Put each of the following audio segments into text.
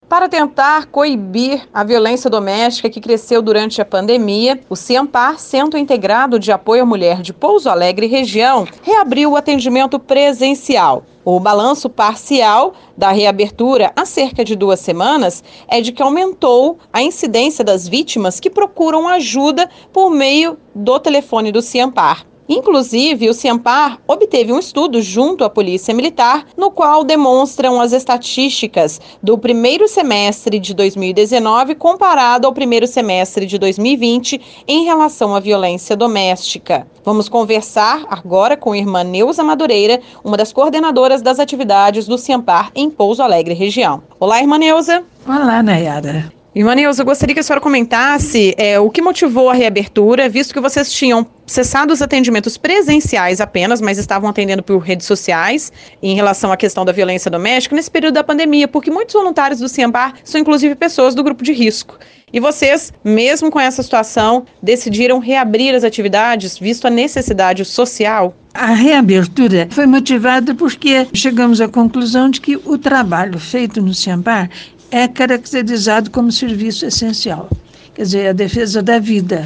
Para tentar coibir a violência doméstica que cresceu durante a pandemia, o CIAMPAR, Centro Integrado de Apoio à Mulher de Pouso Alegre região, reabriu o atendimento presencial. O balanço parcial da reabertura há cerca de 2 semanas é de que aumentou a incidência das vítimas que procuram ajuda por meio do telefone do CIAMPAR. Inclusive, o CIAMPAR obteve um estudo junto à Polícia Militar, no qual demonstram as estatísticas do primeiro semestre de 2019 comparado ao primeiro semestre de 2020 em relação à violência doméstica. Vamos conversar agora com a irmã Neuza Madureira, uma das coordenadoras das atividades do CIAMPAR em Pouso Alegre região. Olá, irmã Neuza. Olá, Nayara. Irmã Neuza, eu gostaria que a senhora comentasse o que motivou a reabertura, visto que vocês tinham cessado os atendimentos presenciais apenas, mas estavam atendendo por redes sociais em relação à questão da violência doméstica nesse período da pandemia, porque muitos voluntários do CIAMPAR são inclusive pessoas do grupo de risco. E vocês, mesmo com essa situação, decidiram reabrir as atividades, visto a necessidade social? A reabertura foi motivada porque chegamos à conclusão de que o trabalho feito no CIAMPAR é caracterizado como serviço essencial, quer dizer, a defesa da vida.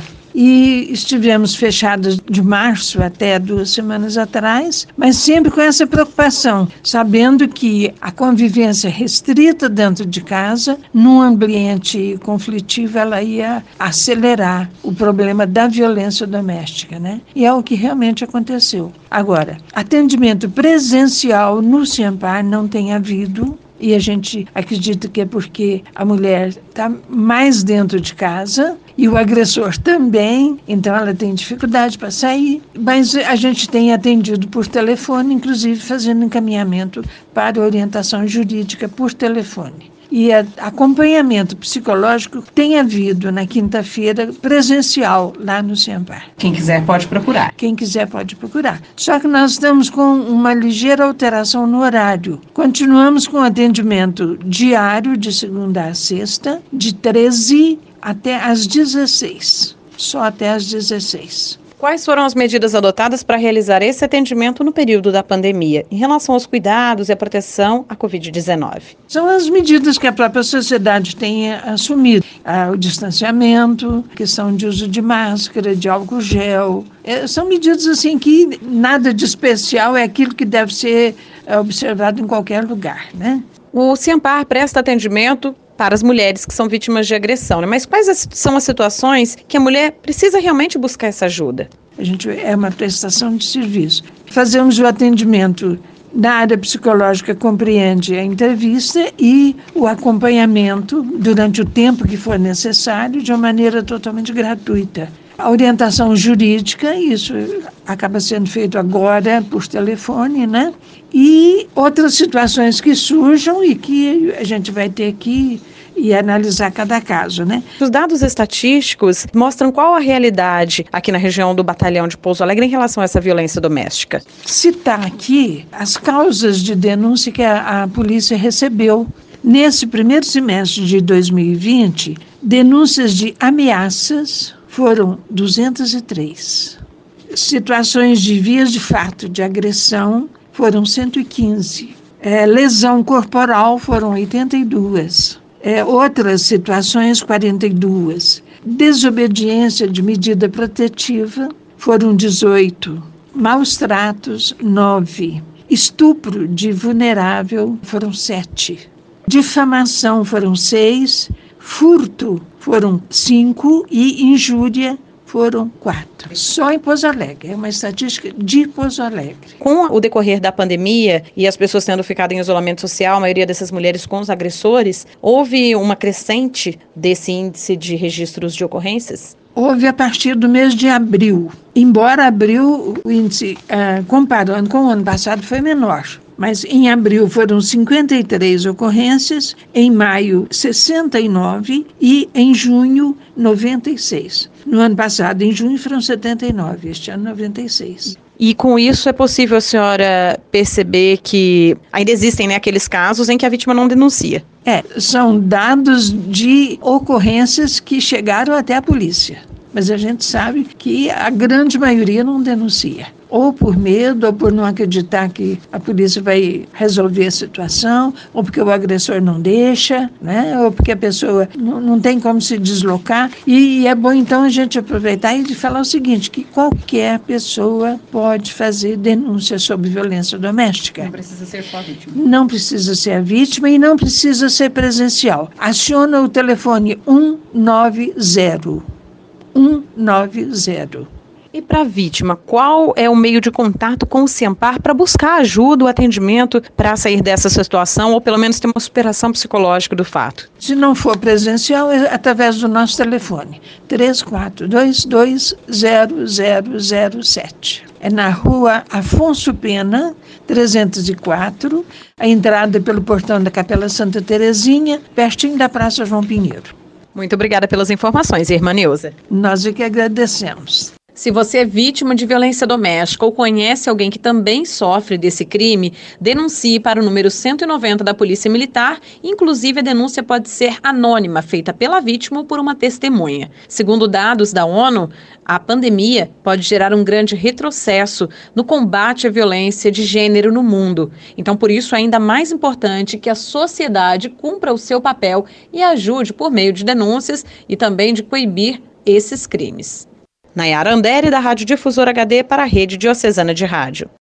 E estivemos fechados de março até 2 semanas atrás, mas sempre com essa preocupação, sabendo que a convivência restrita dentro de casa, num ambiente conflitivo, ela ia acelerar o problema da violência doméstica, né? E é o que realmente aconteceu. Agora, atendimento presencial no CIAMPAR não tem havido, e a gente acredita que é porque a mulher está mais dentro de casa e o agressor também, então ela tem dificuldade para sair, mas a gente tem atendido por telefone, inclusive fazendo encaminhamento para orientação jurídica por telefone. E acompanhamento psicológico tem havido na quinta-feira presencial lá no CIAMPAR. Quem quiser pode procurar. Quem quiser pode procurar. Só que nós estamos com uma ligeira alteração no horário. Continuamos com atendimento diário de segunda a sexta, de 13 até às 16. Só até às 16. Quais foram as medidas adotadas para realizar esse atendimento no período da pandemia, em relação aos cuidados e à proteção à Covid-19? São as medidas que a própria sociedade tem assumido. O distanciamento, questão de uso de máscara, de álcool gel. São medidas assim que nada de especial, é aquilo que deve ser observado em qualquer lugar, né? O CIAMPAR presta atendimento para as mulheres que são vítimas de agressão, né? Mas quais são as situações que a mulher precisa realmente buscar essa ajuda? É uma prestação de serviço. Fazemos o atendimento na área psicológica, compreende a entrevista e o acompanhamento durante o tempo que for necessário, de uma maneira totalmente gratuita. A orientação jurídica, isso acaba sendo feito agora por telefone, né? E outras situações que surjam e que a gente vai ter que analisar cada caso, né? Os dados estatísticos mostram qual a realidade aqui na região do Batalhão de Pouso Alegre em relação a essa violência doméstica. Citar aqui as causas de denúncia que a polícia recebeu. Nesse primeiro semestre de 2020, denúncias de ameaças foram 203. Situações de vias de fato de agressão foram 115. Lesão corporal foram 82. Outras situações, 42. Desobediência de medida protetiva foram 18. Maus tratos, 9. Estupro de vulnerável foram 7. Difamação foram 6. Furto foram 5 e injúria foram 4. Só em Pouso Alegre, é uma estatística de Pouso Alegre. Com o decorrer da pandemia e as pessoas tendo ficado em isolamento social, a maioria dessas mulheres com os agressores, houve uma crescente desse índice de registros de ocorrências? Houve a partir do mês de abril. Embora abril, o índice, comparando com o ano passado, foi menor. Mas em abril foram 53 ocorrências, em maio 69 e em junho 96. No ano passado, em junho, foram 79, este ano 96. E com isso é possível a senhora perceber que ainda existem, aqueles casos em que a vítima não denuncia? São dados de ocorrências que chegaram até a polícia. Mas a gente sabe que a grande maioria não denuncia. ou por medo, ou por não acreditar que a polícia vai resolver a situação, ou porque o agressor não deixa, né? Ou porque a pessoa não tem como se deslocar. E é bom, então, a gente aproveitar e falar o seguinte, que qualquer pessoa pode fazer denúncia sobre violência doméstica. Não precisa ser só a vítima. Não precisa ser a vítima e não precisa ser presencial. Aciona o telefone 190. 190. E para a vítima, qual é o meio de contato com o SEMPAR para buscar ajuda, o atendimento para sair dessa situação ou pelo menos ter uma superação psicológica do fato? Se não for presencial, é através do nosso telefone, 3422-0007. É na rua Afonso Pena, 304, a entrada pelo portão da Capela Santa Terezinha, pertinho da Praça João Pinheiro. Muito obrigada pelas informações, irmã Neuza. Nós é que agradecemos. Se você é vítima de violência doméstica ou conhece alguém que também sofre desse crime, denuncie para o número 190 da Polícia Militar. Inclusive, a denúncia pode ser anônima, feita pela vítima ou por uma testemunha. Segundo dados da ONU, a pandemia pode gerar um grande retrocesso no combate à violência de gênero no mundo. Então, por isso, é ainda mais importante que a sociedade cumpra o seu papel e ajude por meio de denúncias e também de coibir esses crimes. Nayara Andere, da Rádio Difusora HD, para a Rede Diocesana de Rádio.